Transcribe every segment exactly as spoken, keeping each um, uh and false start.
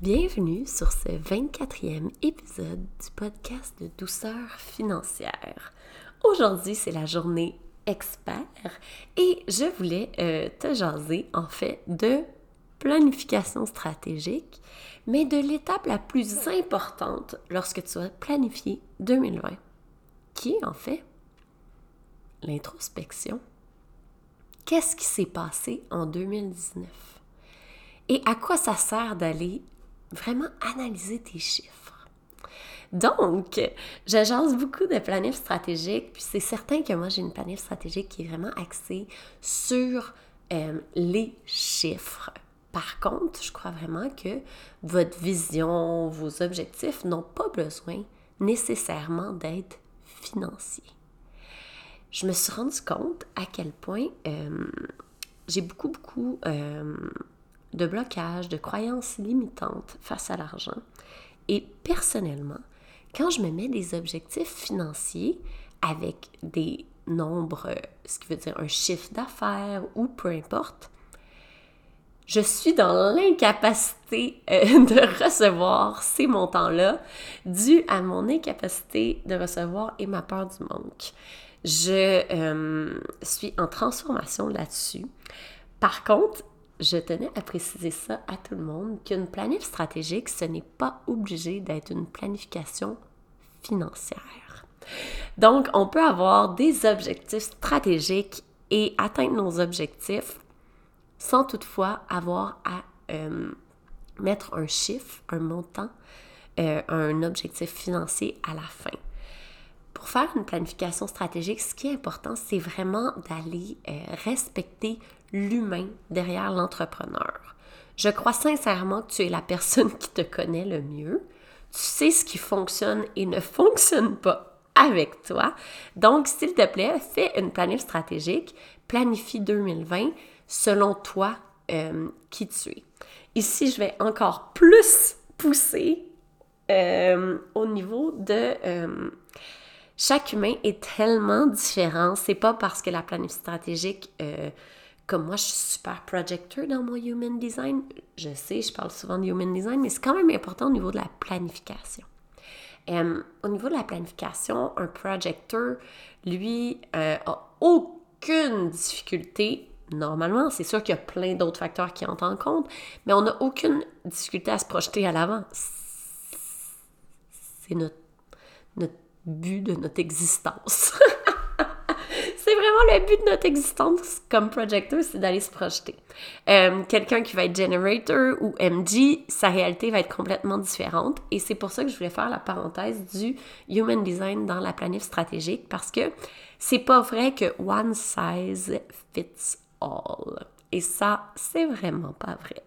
Bienvenue sur ce vingt-quatrième épisode du podcast de douceur financière. Aujourd'hui, c'est la journée expert et je voulais euh, te jaser en fait de planification stratégique, mais de l'étape la plus importante lorsque tu vas planifier deux mille vingt, qui est en fait l'introspection. Qu'est-ce qui s'est passé en deux mille dix-neuf? Et à quoi ça sert d'aller vraiment analyser tes chiffres? Donc, je jase beaucoup de planif stratégique, puis c'est certain que moi, j'ai une planif stratégique qui est vraiment axée sur euh, les chiffres. Par contre, je crois vraiment que votre vision, vos objectifs n'ont pas besoin nécessairement d'être financiers. Je me suis rendu compte à quel point euh, j'ai beaucoup, beaucoup... Euh, de blocage, de croyances limitantes face à l'argent. Et personnellement, quand je me mets des objectifs financiers avec des nombres, ce qui veut dire un chiffre d'affaires ou peu importe, je suis dans l'incapacité euh, de recevoir ces montants-là dû à mon incapacité de recevoir et ma peur du manque. Je euh, suis en transformation là-dessus. Par contre, je tenais à préciser ça à tout le monde, qu'une planif stratégique, ce n'est pas obligé d'être une planification financière. Donc, on peut avoir des objectifs stratégiques et atteindre nos objectifs sans toutefois avoir à euh, mettre un chiffre, un montant, euh, un objectif financier à la fin. Pour faire une planification stratégique, ce qui est important, c'est vraiment d'aller euh, respecter l'humain derrière l'entrepreneur. Je crois sincèrement que tu es la personne qui te connaît le mieux. Tu sais ce qui fonctionne et ne fonctionne pas avec toi. Donc, s'il te plaît, fais une planif stratégique, planifie deux mille vingt selon toi euh, qui tu es. Ici, je vais encore plus pousser euh, au niveau de... Euh, Chaque humain est tellement différent. C'est pas parce que la planif stratégique, euh, comme moi, je suis super projector dans mon human design. Je sais, je parle souvent de human design, mais c'est quand même important au niveau de la planification. Euh, au niveau de la planification, un projector, lui, euh, a aucune difficulté. Normalement, c'est sûr qu'il y a plein d'autres facteurs qui entrent en compte, mais on n'a aucune difficulté à se projeter à l'avant. C'est notre, notre but de notre existence. C'est vraiment le but de notre existence comme projector, c'est d'aller se projeter. Euh, quelqu'un qui va être generator ou M G, sa réalité va être complètement différente et c'est pour ça que je voulais faire la parenthèse du human design dans la planif stratégique parce que c'est pas vrai que one size fits all. Et ça, c'est vraiment pas vrai.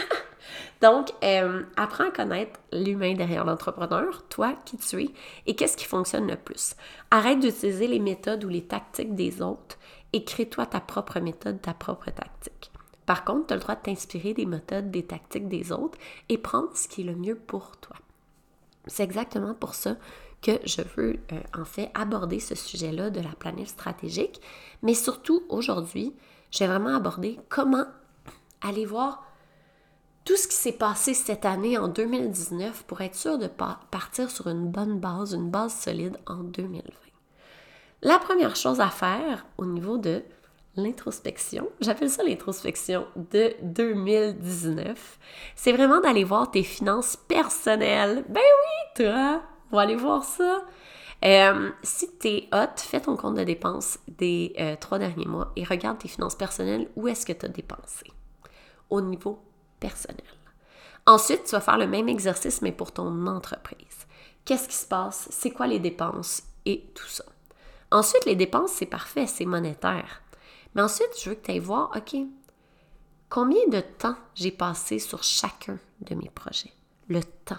Donc, euh, apprends à connaître l'humain derrière l'entrepreneur, toi, qui tu es, et qu'est-ce qui fonctionne le plus. Arrête d'utiliser les méthodes ou les tactiques des autres et crée-toi ta propre méthode, ta propre tactique. Par contre, tu as le droit de t'inspirer des méthodes, des tactiques des autres et prendre ce qui est le mieux pour toi. C'est exactement pour ça que je veux, euh, en fait, aborder ce sujet-là de la planif stratégique, mais surtout, aujourd'hui, je vais vraiment aborder comment aller voir tout ce qui s'est passé cette année en deux mille dix-neuf pour être sûr de pa- partir sur une bonne base, une base solide en deux mille vingt. La première chose à faire au niveau de l'introspection, j'appelle ça l'introspection de deux mille dix-neuf, c'est vraiment d'aller voir tes finances personnelles. Ben oui, toi, on va aller voir ça. Euh, si t'es hot, fais ton compte de dépenses des euh, trois derniers mois et regarde tes finances personnelles, où est-ce que tu as dépensé au niveau personnel. Ensuite, tu vas faire le même exercice, mais pour ton entreprise. Qu'est-ce qui se passe? C'est quoi les dépenses? Et tout ça. Ensuite, les dépenses, c'est parfait, c'est monétaire. Mais ensuite, je veux que tu ailles voir, OK, combien de temps j'ai passé sur chacun de mes projets? Le temps.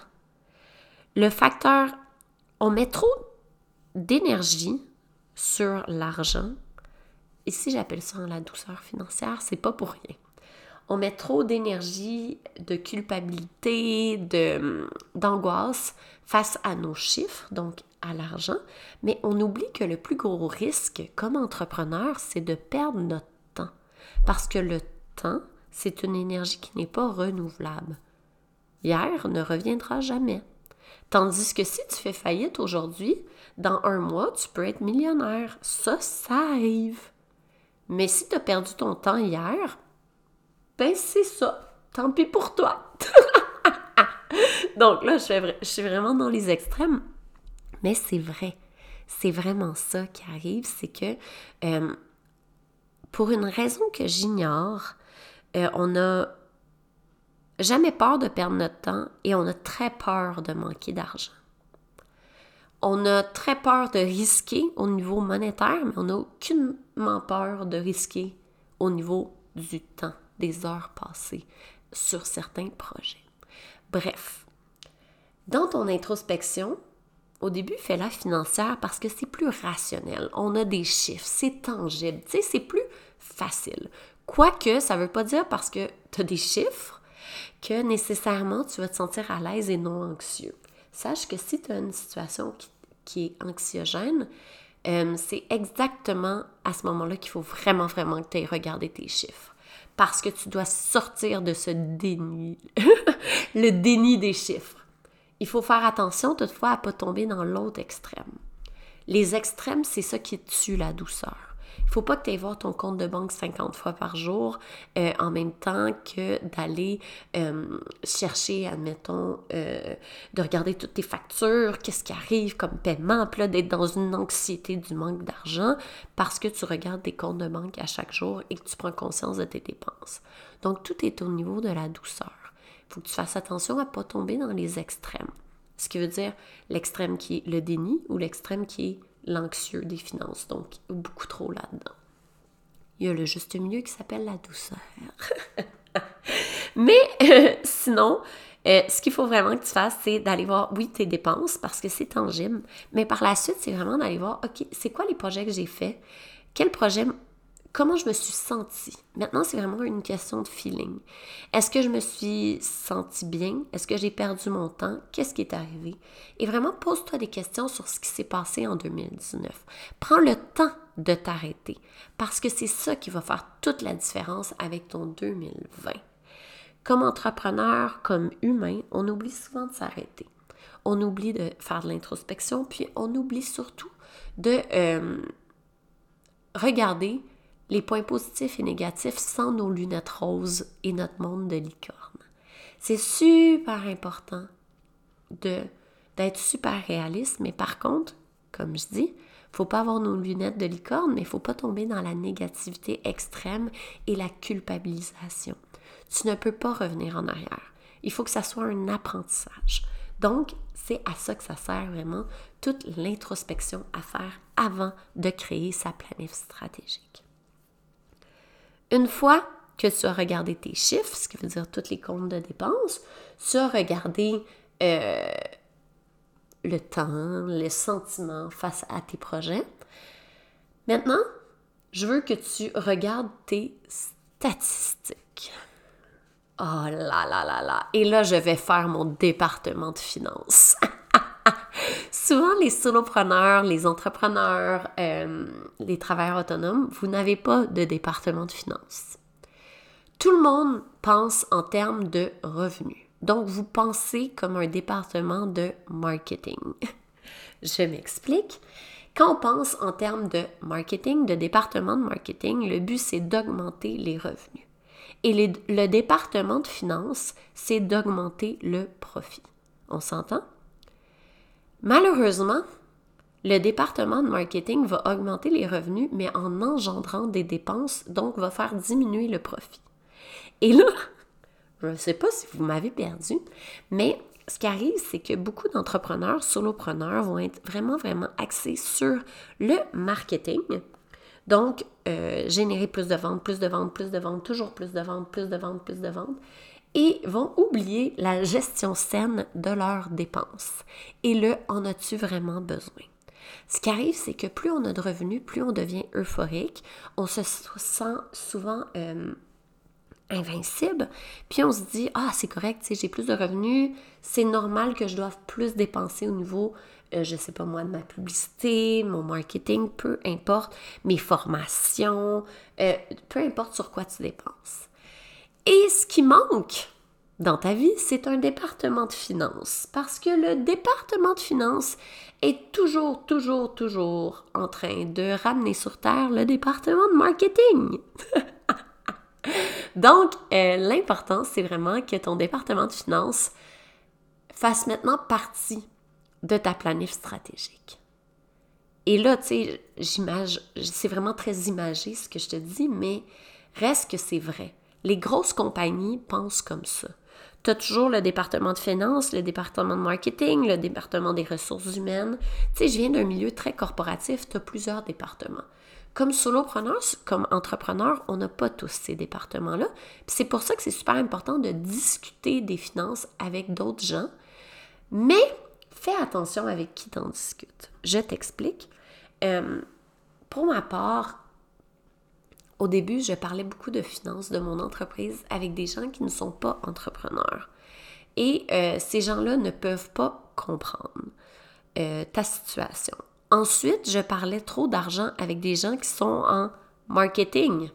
Le facteur, on met trop d'énergie sur l'argent. Ici, j'appelle ça la douceur financière, c'est pas pour rien. On met trop d'énergie, de culpabilité, de, d'angoisse face à nos chiffres, donc à l'argent, mais on oublie que le plus gros risque comme entrepreneur, c'est de perdre notre temps. Parce que le temps, c'est une énergie qui n'est pas renouvelable. hier ne reviendra jamais. Tandis que si tu fais faillite aujourd'hui, dans un mois, tu peux être millionnaire. Ça, ça arrive. Mais si tu as perdu ton temps hier, ben c'est ça. Tant pis pour toi. Donc là, je, fais, je suis vraiment dans les extrêmes. Mais c'est vrai. C'est vraiment ça qui arrive. C'est que euh, pour une raison que j'ignore, euh, on n'a jamais peur de perdre notre temps et on a très peur de manquer d'argent. On a très peur de risquer au niveau monétaire, mais on n'a aucunement peur de risquer au niveau du temps, des heures passées sur certains projets. Bref, dans ton introspection, au début, fais-la financière parce que c'est plus rationnel. On a des chiffres, c'est tangible, tu sais, c'est plus facile. Quoique, ça ne veut pas dire parce que tu as des chiffres que nécessairement tu vas te sentir à l'aise et non anxieux. Sache que si tu as une situation qui, qui est anxiogène, euh, c'est exactement à ce moment-là qu'il faut vraiment, vraiment que tu ailles regarder tes chiffres. Parce que tu dois sortir de ce déni, le déni des chiffres. Il faut faire attention toutefois à ne pas tomber dans l'autre extrême. Les extrêmes, c'est ça qui tue la douceur. Il ne faut pas que tu ailles voir ton compte de banque cinquante fois par jour euh, en même temps que d'aller euh, chercher, admettons, euh, de regarder toutes tes factures, qu'est-ce qui arrive comme paiement, puis là, d'être dans une anxiété du manque d'argent parce que tu regardes tes comptes de banque à chaque jour et que tu prends conscience de tes dépenses. Donc, tout est au niveau de la douceur. Il faut que tu fasses attention à ne pas tomber dans les extrêmes. Ce qui veut dire l'extrême qui est le déni ou l'extrême qui est l'anxieux des finances, donc beaucoup trop là-dedans. Il y a le juste milieu qui s'appelle la douceur. Mais euh, sinon, euh, ce qu'il faut vraiment que tu fasses, c'est d'aller voir, oui, tes dépenses, parce que c'est tangible, mais par la suite, c'est vraiment d'aller voir, OK, c'est quoi les projets que j'ai faits? Quel projet, comment je me suis sentie? Maintenant, c'est vraiment une question de feeling. Est-ce que je me suis sentie bien? Est-ce que j'ai perdu mon temps? Qu'est-ce qui est arrivé? Et vraiment, pose-toi des questions sur ce qui s'est passé en deux mille dix-neuf. Prends le temps de t'arrêter parce que c'est ça qui va faire toute la différence avec ton deux mille vingt. Comme entrepreneur, comme humain, on oublie souvent de s'arrêter. On oublie de faire de l'introspection, puis on oublie surtout de euh, regarder les points positifs et négatifs sans nos lunettes roses et notre monde de licorne. C'est super important de, d'être super réaliste, mais par contre, comme je dis, il ne faut pas avoir nos lunettes de licorne, mais il ne faut pas tomber dans la négativité extrême et la culpabilisation. Tu ne peux pas revenir en arrière. Il faut que ça soit un apprentissage. Donc, c'est à ça que ça sert vraiment, toute l'introspection à faire avant de créer sa planif stratégique. Une fois que tu as regardé tes chiffres, ce qui veut dire tous les comptes de dépenses, tu as regardé euh, le temps, les sentiments face à tes projets. Maintenant, je veux que tu regardes tes statistiques. Oh là là là là! Et là, je vais faire mon département de finances. Souvent, les solopreneurs, les entrepreneurs, euh, les travailleurs autonomes, vous n'avez pas de département de finances. Tout le monde pense en termes de revenus. Donc, vous pensez comme un département de marketing. Je m'explique. Quand on pense en termes de marketing, de département de marketing, le but, c'est d'augmenter les revenus. Et les, le département de finances, c'est d'augmenter le profit. On s'entend? Malheureusement, le département de marketing va augmenter les revenus, mais en engendrant des dépenses, donc va faire diminuer le profit. Et là, je ne sais pas si vous m'avez perdu, mais ce qui arrive, c'est que beaucoup d'entrepreneurs, solopreneurs vont être vraiment, vraiment axés sur le marketing. Donc, euh, générer plus de ventes, plus de ventes, plus de ventes, toujours plus de ventes, plus de ventes, plus de ventes, et vont oublier la gestion saine de leurs dépenses. Et le « en as-tu vraiment besoin ?» Ce qui arrive, c'est que plus on a de revenus, plus on devient euphorique, on se sent souvent euh, invincible, puis on se dit « Ah, c'est correct, j'ai plus de revenus, c'est normal que je doive plus dépenser au niveau Euh, je ne sais pas moi, de ma publicité, mon marketing, peu importe, mes formations, euh, peu importe sur quoi tu dépenses. » Et ce qui manque, dans ta vie, c'est un département de finances. Parce que le département de finances est toujours, toujours, toujours en train de ramener sur terre le département de marketing. Donc, euh, l'important, c'est vraiment que ton département de finances fasse maintenant partie de ta planif stratégique. Et là, tu sais, j'imagine, c'est vraiment très imagé ce que je te dis, mais reste que c'est vrai. Les grosses compagnies pensent comme ça. Tu as toujours le département de finances, le département de marketing, le département des ressources humaines. Tu sais, je viens d'un milieu très corporatif, tu as plusieurs départements. Comme solopreneur, comme entrepreneur, on n'a pas tous ces départements-là. Puis c'est pour ça que c'est super important de discuter des finances avec d'autres gens. Mais fais attention avec qui t'en discutes. Je t'explique. Euh, pour ma part, au début, je parlais beaucoup de finances de mon entreprise avec des gens qui ne sont pas entrepreneurs. Et euh, ces gens-là ne peuvent pas comprendre euh, ta situation. Ensuite, je parlais trop d'argent avec des gens qui sont en marketing.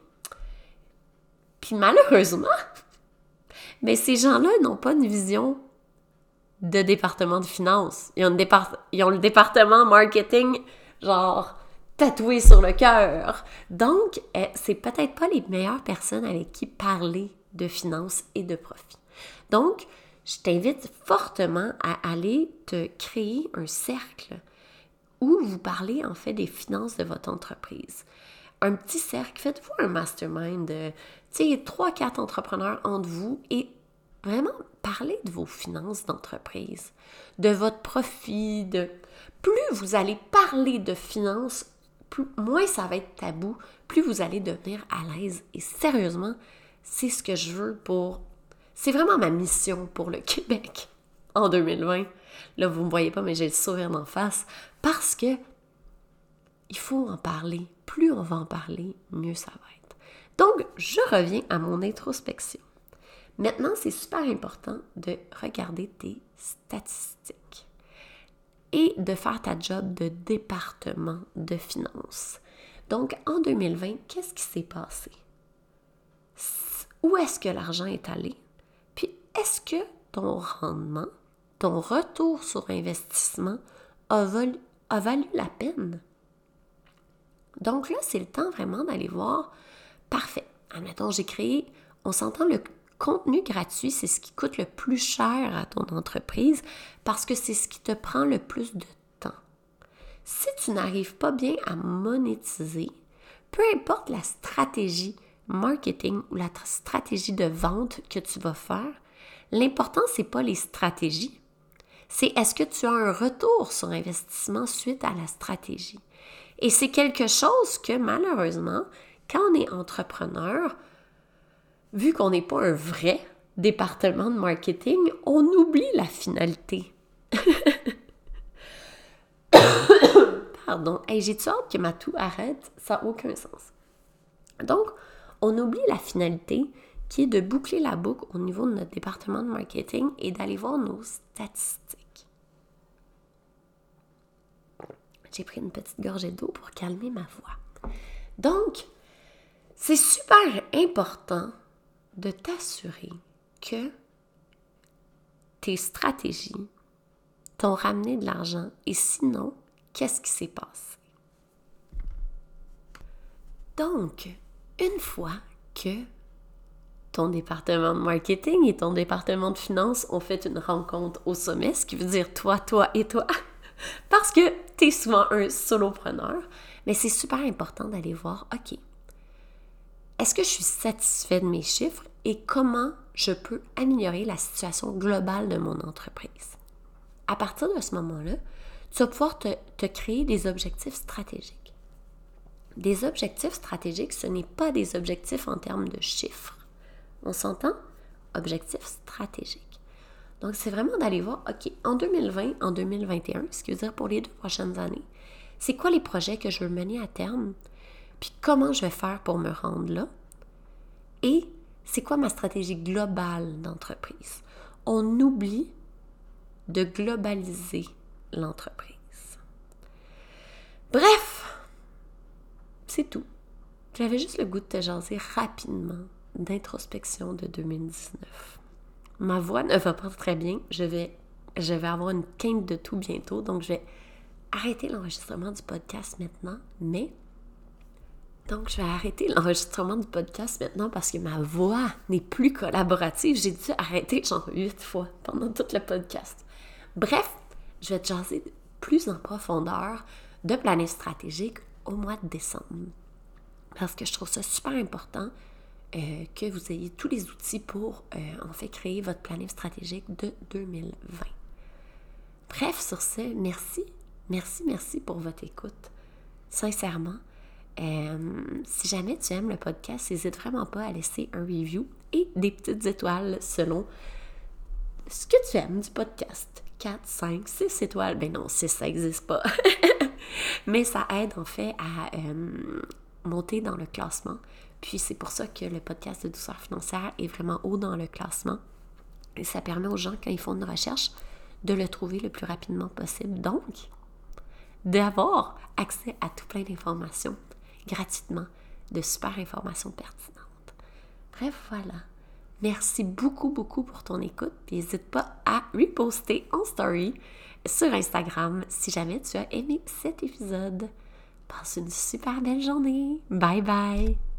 Puis malheureusement, mais ces gens-là n'ont pas une vision de département de finances. Ils ont, une départ- ils ont le département marketing, genre, tatoué sur le cœur. Donc, euh, c'est peut-être pas les meilleures personnes avec qui parler de finances et de profit. Donc, je t'invite fortement à aller te créer un cercle où vous parlez en fait des finances de votre entreprise. Un petit cercle, faites-vous un mastermind de, tu sais, trois, quatre entrepreneurs entre vous et vraiment parlez de vos finances d'entreprise, de votre profit, de... Plus vous allez parler de finances, plus, moins ça va être tabou, plus vous allez devenir à l'aise. Et sérieusement, c'est ce que je veux pour... C'est vraiment ma mission pour le Québec en deux mille vingt. Là, vous ne me voyez pas, mais j'ai le sourire d'en face. Parce que il faut en parler. Plus on va en parler, mieux ça va être. Donc, je reviens à mon introspection. Maintenant, c'est super important de regarder tes statistiques et de faire ta job de département de finances. Donc, en deux mille vingt, qu'est-ce qui s'est passé? Où est-ce que l'argent est allé? Puis, est-ce que ton rendement, ton retour sur investissement a valu, a valu la peine? Donc là, c'est le temps vraiment d'aller voir. Parfait. Admettons, j'ai créé, on s'entend, le contenu gratuit, c'est ce qui coûte le plus cher à ton entreprise parce que c'est ce qui te prend le plus de temps. Si tu n'arrives pas bien à monétiser, peu importe la stratégie marketing ou la stratégie de vente que tu vas faire, l'important, c'est pas les stratégies. C'est est-ce que tu as un retour sur investissement suite à la stratégie. Et c'est quelque chose que malheureusement, quand on est entrepreneur, vu qu'on n'est pas un vrai département de marketing, on oublie la finalité. Pardon. Hey, j'ai-tu hâte que ma toux arrête? Ça n'a aucun sens. Donc, on oublie la finalité qui est de boucler la boucle au niveau de notre département de marketing et d'aller voir nos statistiques. J'ai pris une petite gorgée d'eau pour calmer ma voix. Donc, c'est super important de t'assurer que tes stratégies t'ont ramené de l'argent et sinon, qu'est-ce qui s'est passé? Donc, une fois que ton département de marketing et ton département de finances ont fait une rencontre au sommet, ce qui veut dire toi, toi et toi, parce que tu es souvent un solopreneur, mais c'est super important d'aller voir, OK, est-ce que je suis satisfait de mes chiffres et comment je peux améliorer la situation globale de mon entreprise? À partir de ce moment-là, tu vas pouvoir te, te créer des objectifs stratégiques. Des objectifs stratégiques, ce n'est pas des objectifs en termes de chiffres. On s'entend? Objectifs stratégiques. Donc, c'est vraiment d'aller voir, OK, en deux mille vingt, en deux mille vingt et un, ce qui veut dire pour les deux prochaines années, c'est quoi les projets que je veux mener à terme? Puis comment je vais faire pour me rendre là? Et c'est quoi ma stratégie globale d'entreprise? On oublie de globaliser l'entreprise. Bref, c'est tout. J'avais juste le goût de te jaser rapidement d'introspection de deux mille dix-neuf. ma voix ne va pas très bien. Je vais, je vais avoir une quinte de tout bientôt, donc je vais arrêter l'enregistrement du podcast maintenant, mais... Donc, je vais arrêter l'enregistrement du podcast maintenant parce que ma voix n'est plus collaborative. J'ai dû arrêter genre huit fois pendant tout le podcast. Bref, je vais te jaser plus en profondeur de planning stratégique au mois de décembre. Parce que je trouve ça super important euh, que vous ayez tous les outils pour, euh, en fait, créer votre planning stratégique de deux mille vingt. Bref, sur ce, merci, merci, merci pour votre écoute. Sincèrement, Euh, si jamais tu aimes le podcast, n'hésite vraiment pas à laisser un review et des petites étoiles selon ce que tu aimes du podcast. quatre, cinq, six étoiles. Ben non, six, ça n'existe pas. Mais ça aide en fait à euh, monter dans le classement. Puis c'est pour ça que le podcast de douceur financière est vraiment haut dans le classement. Et ça permet aux gens, quand ils font une recherche, de le trouver le plus rapidement possible. Donc, d'avoir accès à tout plein d'informations gratuitement, de super informations pertinentes. Bref, voilà. Merci beaucoup, beaucoup pour ton écoute. N'hésite pas à reposter en story sur Instagram si jamais tu as aimé cet épisode. Passe une super belle journée. Bye bye!